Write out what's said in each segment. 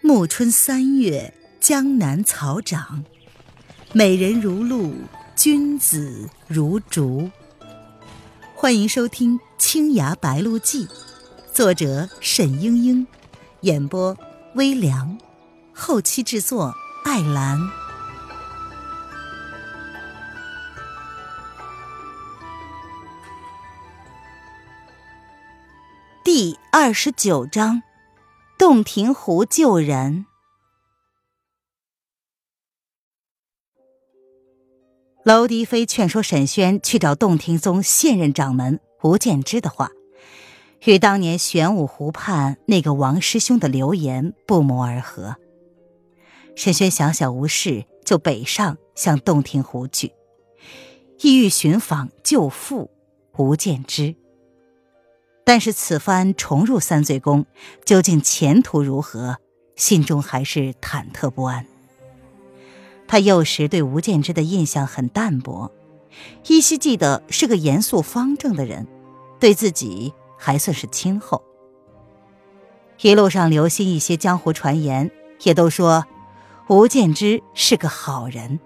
暮春3月，江南草长，美人如露，君子如竹。欢迎收听《青崖白鹿记》，作者沈英英，演播微凉，后期制作艾兰。第29章，洞庭湖救人。娄迪飞劝说沈轩去找洞庭宗现任掌门吴建之的话，与当年玄武湖畔那个王师兄的流言不谋而合。沈轩想想无事，就北上向洞庭湖去，意欲寻访舅父吴建之。但是此番重入三醉宫，究竟前途如何，心中还是忐忑不安。他幼时对吴建之的印象很淡薄，依稀记得是个严肃方正的人，对自己还算是亲厚。一路上留心一些江湖传言，也都说吴建之是个好人。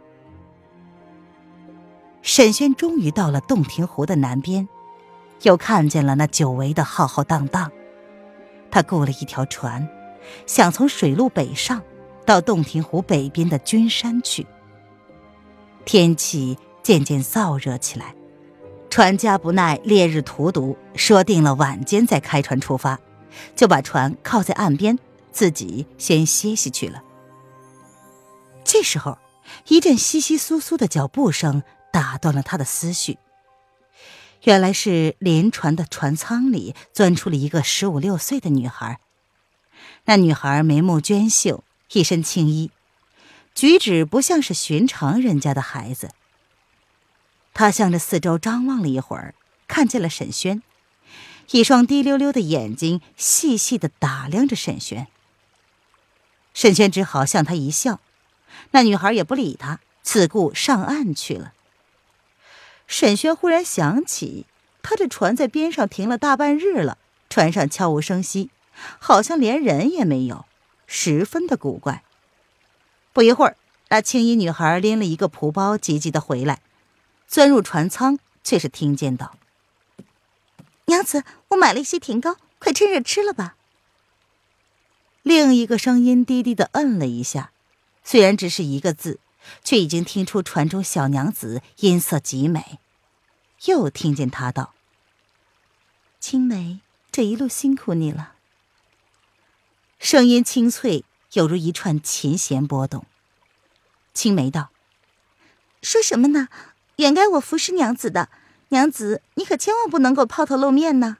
沈轩终于到了洞庭湖的南边，又看见了那久违的浩浩荡荡。他雇了一条船，想从水路北上到洞庭湖北边的君山去。天气渐渐燥热起来，船家不耐烈日荼毒，说定了晚间再开船出发，就把船靠在岸边，自己先歇息去了。这时候，一阵窸窸窣窣的脚步声打断了他的思绪。原来是连船的船舱里钻出了一个15、16岁的女孩。那女孩眉目娟秀，一身青衣，举止不像是寻常人家的孩子。她向着四周张望了一会儿，看见了沈轩，一双滴溜溜的眼睛细细地打量着沈轩。沈轩只好向她一笑，那女孩也不理他，自顾上岸去了。沈轩忽然想起，他这船在边上停了大半日了，船上悄无声息，好像连人也没有，十分的古怪。不一会儿，那青衣女孩拎了一个蒲包，急急地回来，钻入船舱，却是听见道：“ 娘子，我买了一些甜糕，快趁热吃了吧。” 另一个声音低低地摁了一下，虽然只是一个字，却已经听出船中小娘子音色极美。又听见她道：“ 青梅，这一路辛苦你了。” 声音清脆，有如一串琴弦波动。青梅道：“ 说什么呢？原该我服侍娘子的，娘子你可千万不能够抛头露面呢。”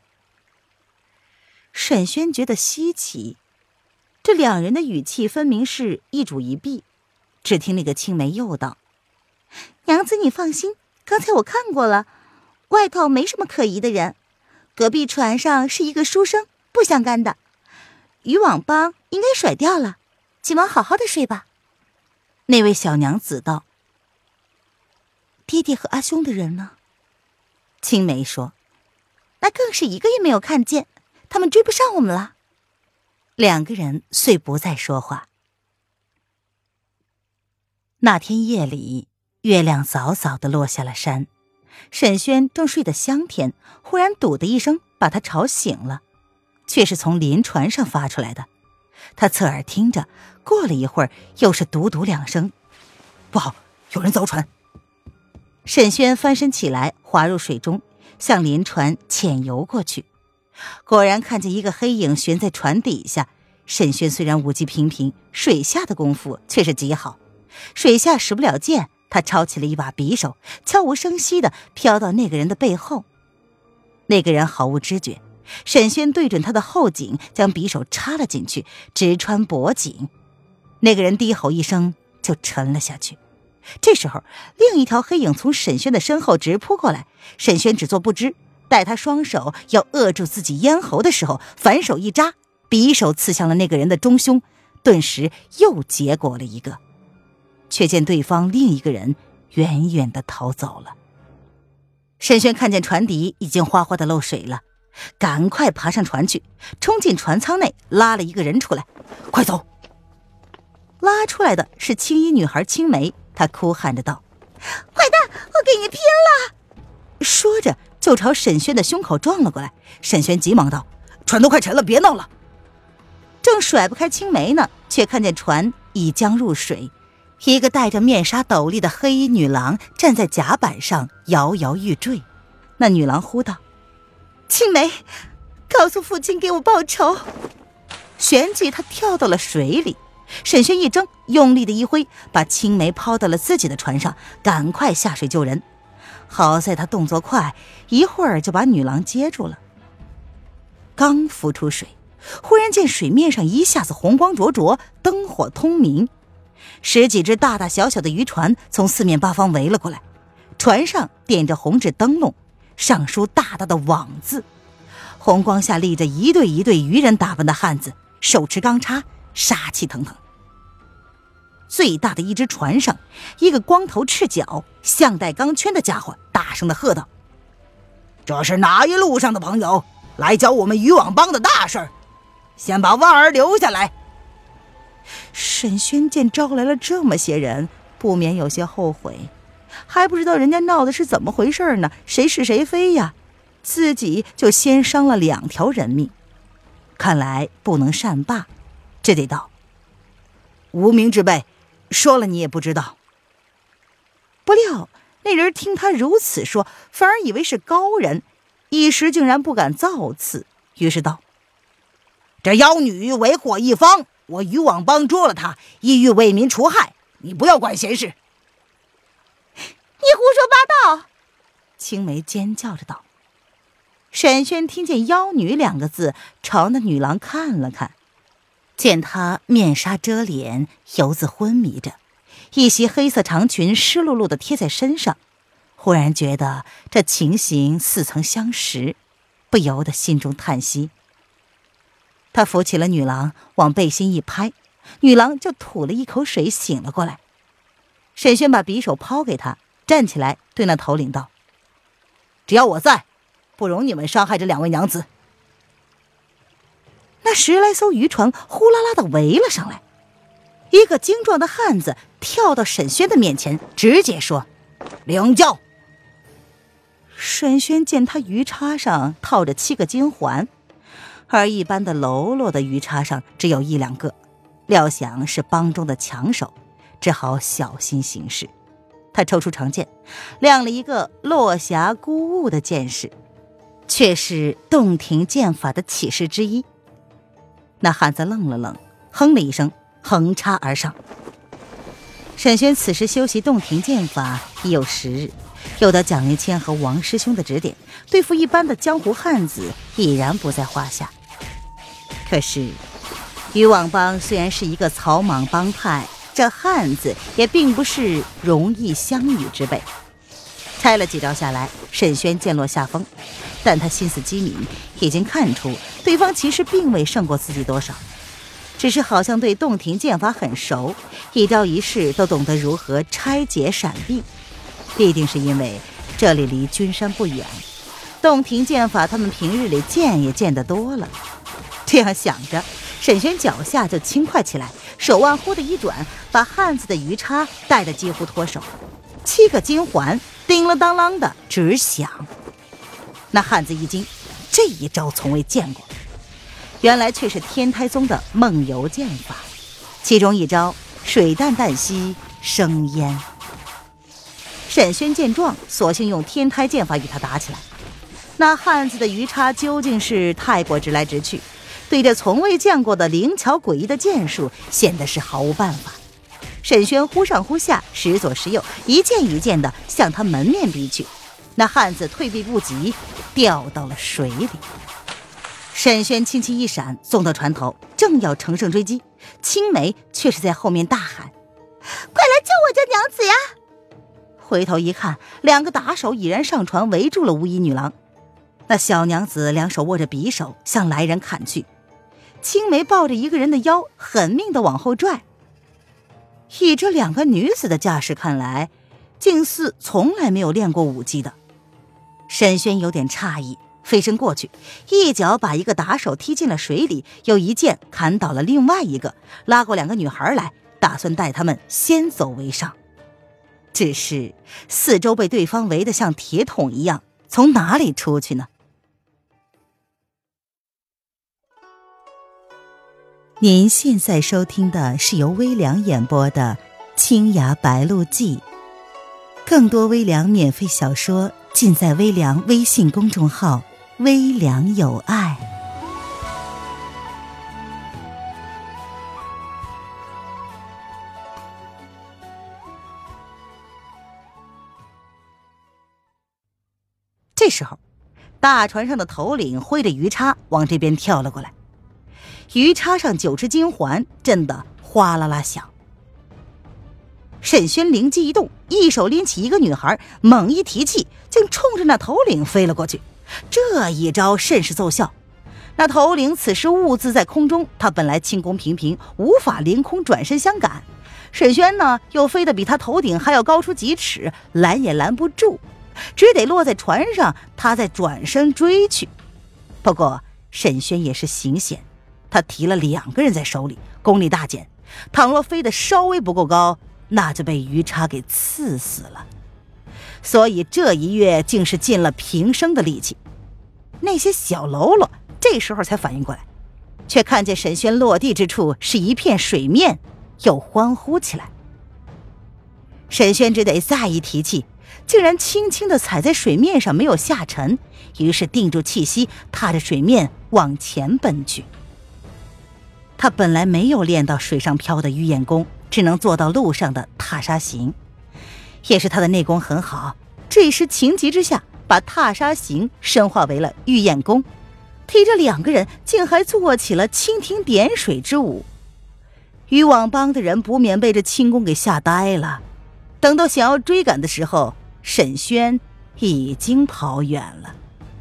沈轩觉得稀奇，这两人的语气分明是一主一婢。只听那个青梅又道：“ 娘子你放心，刚才我看过了，外头没什么可疑的人，隔壁船上是一个书生，不相干的，渔网帮应该甩掉了，今晚好好的睡吧。” 那位小娘子道：“ 爹爹和阿兄的人呢？” 青梅说：“ 那更是一个也没有看见，他们追不上我们了。” 两个人遂不再说话。那天夜里，月亮早早地落下了山，沈轩正睡得香甜，忽然嘟的一声把他吵醒了，却是从临船上发出来的。他侧耳听着，过了一会儿，又是嘟嘟两声：“不好，有人凿船！”沈轩翻身起来，滑入水中，向临船潜游过去。果然看见一个黑影悬在船底下。沈轩虽然武技平平，水下的功夫却是极好。水下使不了剑，他抄起了一把匕首，悄无声息地飘到那个人的背后。那个人毫无知觉，沈轩对准他的后颈，将匕首插了进去，直穿脖颈。那个人低吼一声，就沉了下去。这时候，另一条黑影从沈轩的身后直扑过来，沈轩只做不知。待他双手要扼住自己咽喉的时候，反手一扎，匕首刺向了那个人的中胸，顿时又结果了一个。却见对方另一个人远远地逃走了。沈轩看见船底已经哗哗地漏水了，赶快爬上船去，冲进船舱内，拉了一个人出来：“快走！” 拉出来的是青衣女孩青梅，她哭喊着道： 坏蛋，我给你拼了！ 说着就朝沈轩的胸口撞了过来。沈轩急忙道：船都快沉了，别闹了。正甩不开青梅呢，却看见船已将入水，一个戴着面纱斗笠的黑衣女郎站在甲板上摇摇欲坠。那女郎呼道： 青梅，告诉父亲给我报仇！ 旋即她跳到了水里。沈轩一怔，用力的一挥，把青梅抛到了自己的船上，赶快下水救人。好在他动作快，一会儿就把女郎接住了。刚浮出水，忽然见水面上一下子红光灼灼，灯火通明，十几只大大小小的渔船从四面八方围了过来，船上点着红纸灯笼，上书大大的网字，红光下立着一对一对渔人打扮的汉子，手持钢叉，杀气腾腾。最大的一只船上，一个光头赤脚像带钢圈的家伙大声地喝道：这是哪一路上的朋友来教我们渔网帮的大事儿？先把腕儿留下来。沈轩见招来了这么些人，不免有些后悔，还不知道人家闹的是怎么回事呢，谁是谁非呀，自己就先伤了2条人命。看来不能善罢，只得道：无名之辈，说了你也不知道。不料那人听他如此说，反而以为是高人，一时竟然不敢造次，于是道：这妖女为祸一方，我渔网帮捉了她，意欲为民除害，你不要管闲事。 你胡说八道！ 青梅尖叫着道。沈轩听见妖女2个字，朝那女郎看了看，见她面纱遮脸，犹自昏迷着，一袭黑色长裙湿漉漉地贴在身上，忽然觉得这情形似曾相识，不由得心中叹息。他扶起了女郎，往背心一拍，女郎就吐了一口水醒了过来。沈轩把匕首抛给他，站起来对那头领道：只要我在，不容你们伤害这2位娘子。那10来艘渔船呼啦啦地围了上来，一个精壮的汉子跳到沈轩的面前，直接说：领教。沈轩见他鱼叉上套着7个金环，而一般的喽啰的鱼叉上只有1、2个，料想是帮中的强手，只好小心行事。他抽出长剑，亮了一个落霞孤鹜的剑势，却是洞庭剑法的起示之一。那汉子愣了愣，哼了一声，横插而上。沈轩此时修习洞庭剑法已有10日，有得蒋灵谦和王师兄的指点，对付一般的江湖汉子已然不在话下。可是渔网帮虽然是一个草莽帮派，这汉子也并不是容易相与之辈。拆了几招下来，沈轩渐落下风，但他心思机敏，已经看出对方其实并未胜过自己多少，只是好像对洞庭剑法很熟，一招一式都懂得如何拆解闪避。必定是因为这里离君山不远，洞庭剑法他们平日里见也见得多了。这样想着，沈轩脚下就轻快起来，手腕忽的一转，把汉子的鱼叉带得几乎脱手，7个金环叮了当啷的直响。那汉子一惊，这一招从未见过，原来却是天台宗的梦游剑法，其中一招水淡淡兮生烟。沈轩见状，索性用天台剑法与他打起来。那汉子的鱼叉究竟是太过直来直去，对这从未见过的灵巧诡异的剑术，显得是毫无办法。沈轩忽上忽下，时左时右，一剑一剑的向他门面逼去。那汉子退避不及，掉到了水里。沈轩轻轻一闪，送到船头，正要乘胜追击，青梅却是在后面大喊： 快来救我家娘子呀！ 回头一看，2个打手已然上船围住了乌衣女郎。那小娘子2手握着匕首向来人砍去，青梅抱着一个人的腰，狠命地往后拽。以这2个女子的架势看来，竟似从来没有练过武技的。沈轩有点诧异，飞身过去，一脚把一个打手踢进了水里，又一剑砍倒了另外一个，拉过2个女孩来， 打算带他们先走为上。只是四周被对方围得像铁桶一样，从哪里出去呢？您现在收听的是由微凉演播的《青崖白鹿记》，更多微凉免费小说尽在微凉微信公众号“微凉有爱”。这时候，大船上的头领挥着鱼叉往这边跳了过来，鱼叉上9只金环震得哗啦啦响。沈轩灵机一动，一手拎起一个女孩，猛一提气，竟冲着那头领飞了过去。这一招甚是奏效。那头领此时兀自在空中，他本来轻功平平，无法凌空转身相赶。沈轩呢，又飞得比他头顶还要高出几尺，拦也拦不住，只得落在船上，他再转身追去。不过沈轩也是行险，他提了2个人在手里，功力大减，倘若飞得稍微不够高，那就被鱼叉给刺死了。所以这一跃竟是尽了平生的力气。那些小喽啰这时候才反应过来，却看见沈轩落地之处是一片水面，又欢呼起来。沈轩只得再一提气，竟然轻轻地踩在水面上，没有下沉，于是定住气息，踏着水面往前奔去。他本来没有练到水上漂的鱼眼功，只能做到路上的踏沙行。也是他的内功很好，这时情急之下把踏沙行深化为了玉眼功，提着2个人竟还做起了蜻蜓点水之舞。渔网帮的人不免被这轻功给吓呆了，等到想要追赶的时候，沈轩已经跑远了。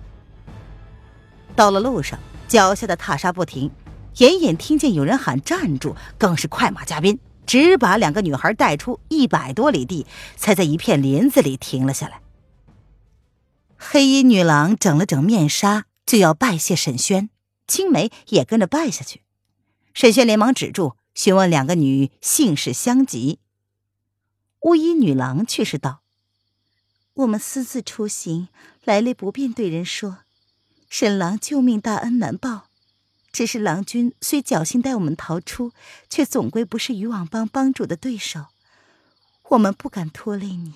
到了路上，脚下的踏沙不停，隐隐听见有人喊站住，更是快马加鞭，只把2个女孩带出100多里地，才在一片林子里停了下来。黑衣女郎整了整面纱，就要拜谢沈轩，青梅也跟着拜下去。沈轩连忙止住，询问2个女姓氏相及。乌衣女郎却是道： 我们私自出行，来历不便对人说，沈郎救命大恩难报，只是郎君虽侥幸带我们逃出，却总归不是渔网帮帮主的对手，我们不敢拖累你。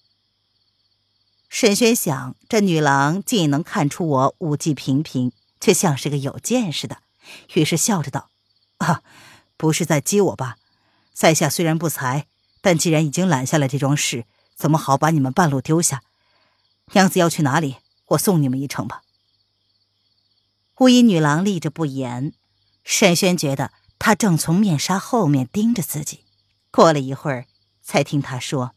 沈轩想，这女郎竟能看出我武技平平，却像是个有见识的，于是笑着道：不是在激我吧？在下虽然不才，但既然已经揽下了这桩事，怎么好把你们半路丢下？娘子要去哪里？我送你们一程吧。乌衣女郎立着不言，沈轩觉得她正从面纱后面盯着自己。过了一会儿，才听她说：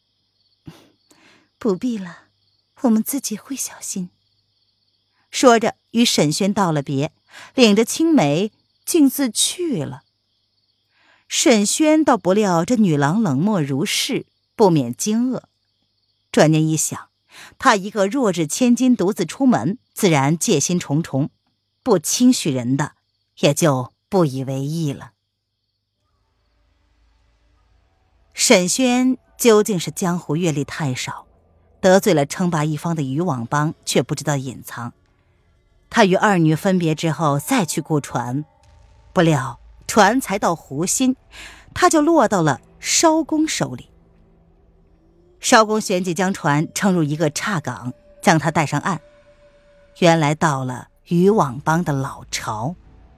不必了，我们自己会小心。 说着与沈轩道了别，领着青梅径自去了。沈轩倒不料这女郎冷漠如是，不免惊愕。转念一想，他一个弱智千金独自出门，自然戒心重重，不轻许人的，也就不以为意了。沈轩究竟是江湖阅历太少，得罪了称霸一方的渔网帮，却不知道隐藏。他与2女分别之后再去雇船，不料船才到湖心，他就落到了艄公手里。艄公旋即将船撑入一个岔港，将他带上岸。原来到了渔网帮的老巢。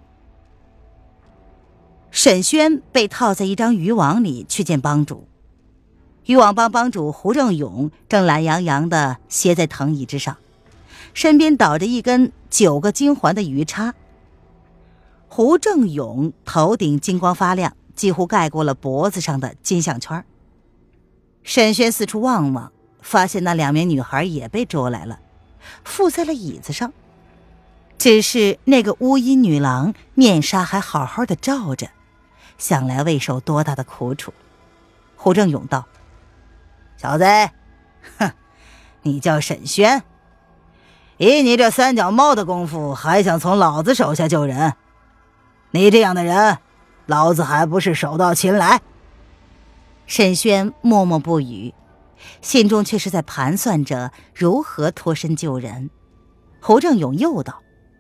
沈轩被套在一张渔网里去见帮主。渔网帮帮主胡正勇正懒洋洋地斜在藤椅之上，身边倒着一根9个金环的鱼叉。胡正勇头顶金光发亮，几乎盖过了脖子上的金项圈。沈轩四处望望，发现那2名女孩也被捉来了，附在了椅子上。只是那个乌衣女郎面纱还好好的罩着，想来未受多大的苦楚。胡正勇道：小子，你叫沈轩，以你这3脚猫的功夫，还想从老子手下救人？你这样的人，老子还不是手到擒来。 沈轩默默不语，心中却是在盘算着如何脱身救人。胡正勇又道：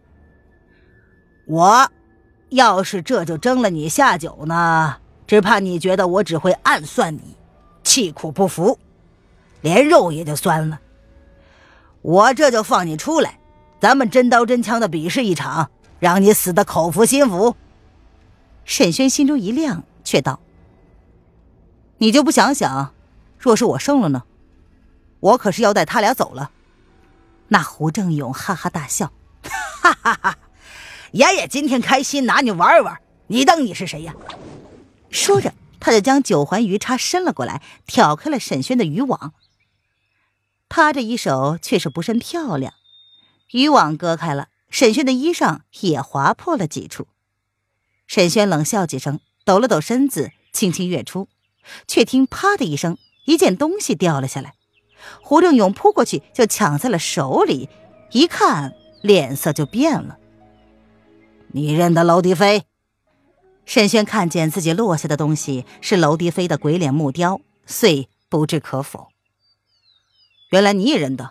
我要是这就蒸了你下酒呢，只怕你觉得我只会暗算你，气苦不服，连肉也就酸了。我这就放你出来，咱们真刀真枪的比试一场，让你死得口服心服。 沈轩心中一亮，却道：你就不想想，若是我胜了呢？我可是要带他俩走了。那胡正勇哈哈大笑： 哈哈哈，爷爷今天开心拿你玩玩，你当你是谁呀？ 说着，他就将9环鱼叉伸了过来，挑开了沈轩的渔网。他这一手却是不甚漂亮，渔网割开了，沈轩的衣裳也划破了几处。沈轩冷笑几声，抖了抖身子，轻轻跃出，却听啪的一声，一件东西掉了下来。胡正勇扑过去就抢在了手里，一看脸色就变了。 你认得娄迪飞？ 沈轩看见自己落下的东西是娄迪飞的鬼脸木雕，遂不置可否。原来你也认得。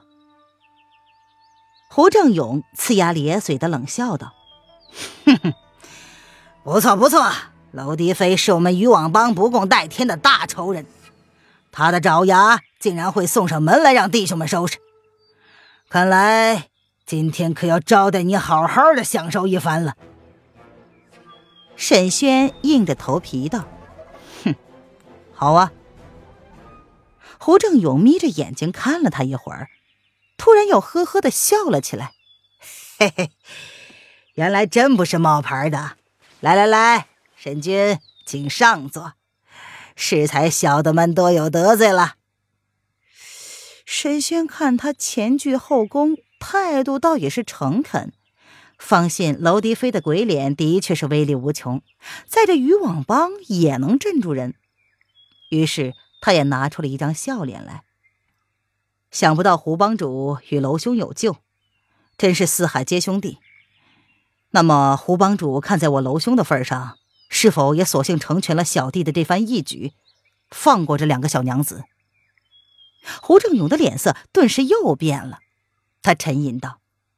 胡正勇呲牙咧嘴的冷笑道： 哼哼，不错不错，娄迪飞是我们渔网帮不共戴天的大仇人，他的爪牙竟然会送上门来让弟兄们收拾。看来今天可要招待你好好的享受一番了。 沈轩硬着头皮道：哼，好啊。胡正勇眯着眼睛看了他一会儿，突然又呵呵地笑了起来： 嘿嘿，原来真不是冒牌的。来来来，沈君请上座，适才小的们多有得罪了。 沈轩看他前倨后恭，态度倒也是诚恳，方信娄迪飞的鬼脸的确是威力无穷，在这渔网帮也能镇住人。于是他也拿出了一张笑脸来。想不到胡帮主与娄兄有救，真是四海皆兄弟。那么胡帮主看在我娄兄的份上，是否也索性成全了小弟的这番义举，放过这2个小娘子？胡正勇的脸色顿时又变了，他沉吟道：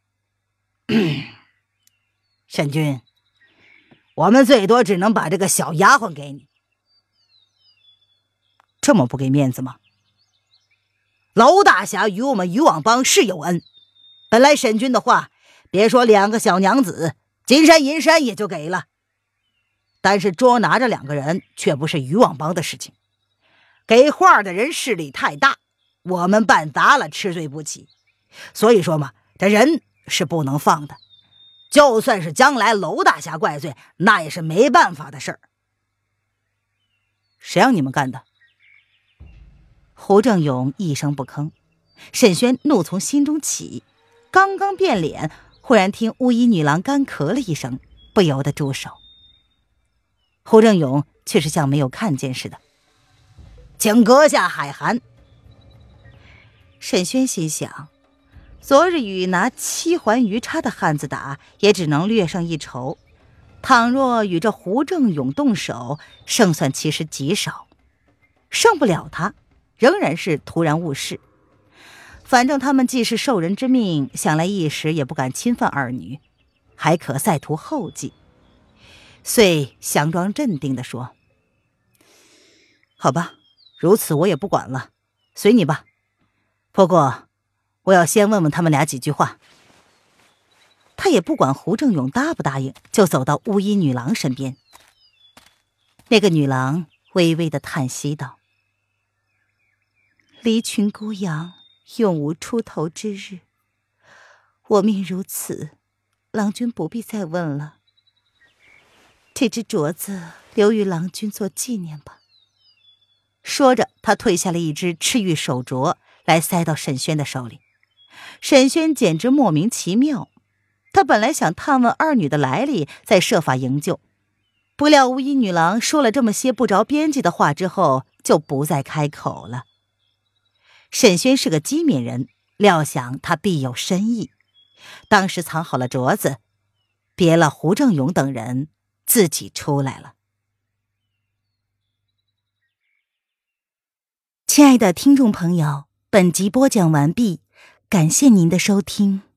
沈君，我们最多只能把这个小丫鬟给你。 这么不给面子吗？ 娄大侠与我们渔网帮是有恩，本来沈君的话，别说2个小娘子，金山银山也就给了，但是捉拿这2个人却不是渔网帮的事情，给话的人势力太大，我们办砸了吃罪不起。所以说嘛，这人是不能放的，就算是将来娄大侠怪罪，那也是没办法的事儿。 谁让你们干的？胡正勇一声不吭，沈轩怒从心中起，刚刚变脸，忽然听巫医女郎干咳了一声，不由得住手。胡正勇却是像没有看见似的： 请阁下海涵。 沈轩心想，昨日与拿7环鱼叉的汉子打，也只能略胜一筹，倘若与这胡正勇动手，胜算其实极少，胜不了他仍然是突然误事。反正他们既是受人之命，想来一时也不敢侵犯二女，还可再图后计。遂佯装镇定地说：好吧，如此我也不管了，随你吧。不过我要先问问他们俩几句话。他也不管胡正勇答不答应，就走到巫医女郎身边。那个女郎微微的叹息道：离群孤羊，永无出头之日。我命如此，郎君不必再问了。这只镯子留与郎君做纪念吧。说着，他褪下了一只赤玉手镯来塞到沈轩的手里。沈轩简直莫名其妙，他本来想探问二女的来历，再设法营救，不料巫医女郎说了这么些不着边际的话之后，就不再开口了。沈轩是个机敏人，料想他必有深意，当时藏好了镯子，别了胡正勇等人，自己出来了。 亲爱的听众朋友，本集播讲完毕，感谢您的收听。